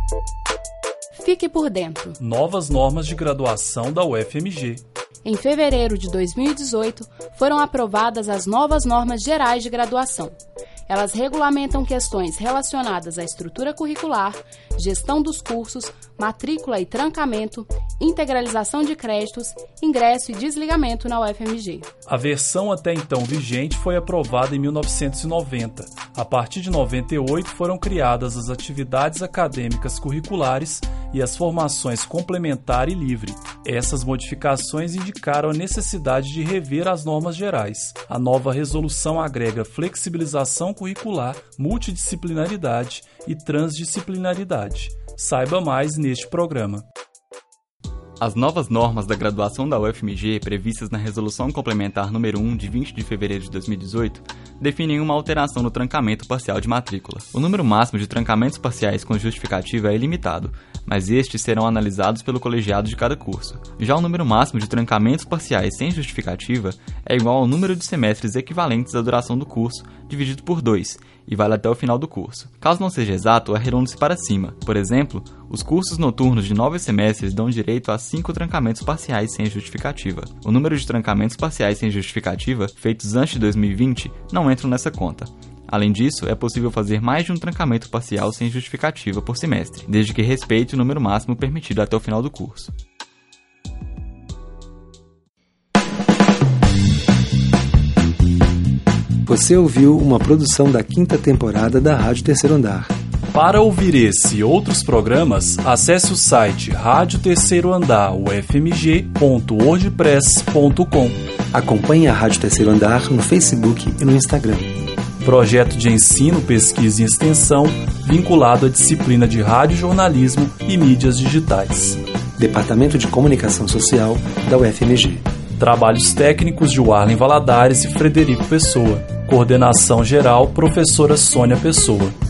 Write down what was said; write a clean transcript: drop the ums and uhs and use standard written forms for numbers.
Fique por dentro. Novas normas de graduação da UFMG. Em fevereiro de 2018, foram aprovadas as novas normas gerais de graduação. Elas regulamentam questões relacionadas à estrutura curricular, gestão dos cursos, matrícula e trancamento, integralização de créditos, ingresso e desligamento na UFMG. A versão até então vigente foi aprovada em 1990. A partir de 98 foram criadas as atividades acadêmicas curriculares e as formações complementar e livre. Essas modificações indicaram a necessidade de rever as normas gerais. A nova resolução agrega flexibilização curricular, multidisciplinaridade e transdisciplinaridade. Saiba mais neste programa. As novas normas da graduação da UFMG, previstas na Resolução Complementar número 1, de 20 de fevereiro de 2018, definem uma alteração no trancamento parcial de matrícula. O número máximo de trancamentos parciais com justificativa é ilimitado, mas estes serão analisados pelo colegiado de cada curso. Já o número máximo de trancamentos parciais sem justificativa é igual ao número de semestres equivalentes à duração do curso, dividido por 2, e vale até o final do curso. Caso não seja exato, arredonde-se para cima. Por exemplo, os cursos noturnos de 9 semestres dão direito a 5 trancamentos parciais sem justificativa. O número de trancamentos parciais sem justificativa, feitos antes de 2020, não entram nessa conta. Além disso, é possível fazer mais de um trancamento parcial sem justificativa por semestre, desde que respeite o número máximo permitido até o final do curso. Você ouviu uma produção da 5ª temporada da Rádio Terceiro Andar. Para ouvir esse e outros programas, acesse o site Rádio Terceiro Andar ufmg.wordpress.com. Acompanhe a Rádio Terceiro Andar no Facebook e no Instagram. Projeto de ensino, pesquisa e extensão vinculado à disciplina de radiojornalismo e mídias digitais. Departamento de Comunicação Social da UFMG. Trabalhos técnicos de Warlen Valadares e Frederico Pessoa. Coordenação geral, professora Sônia Pessoa.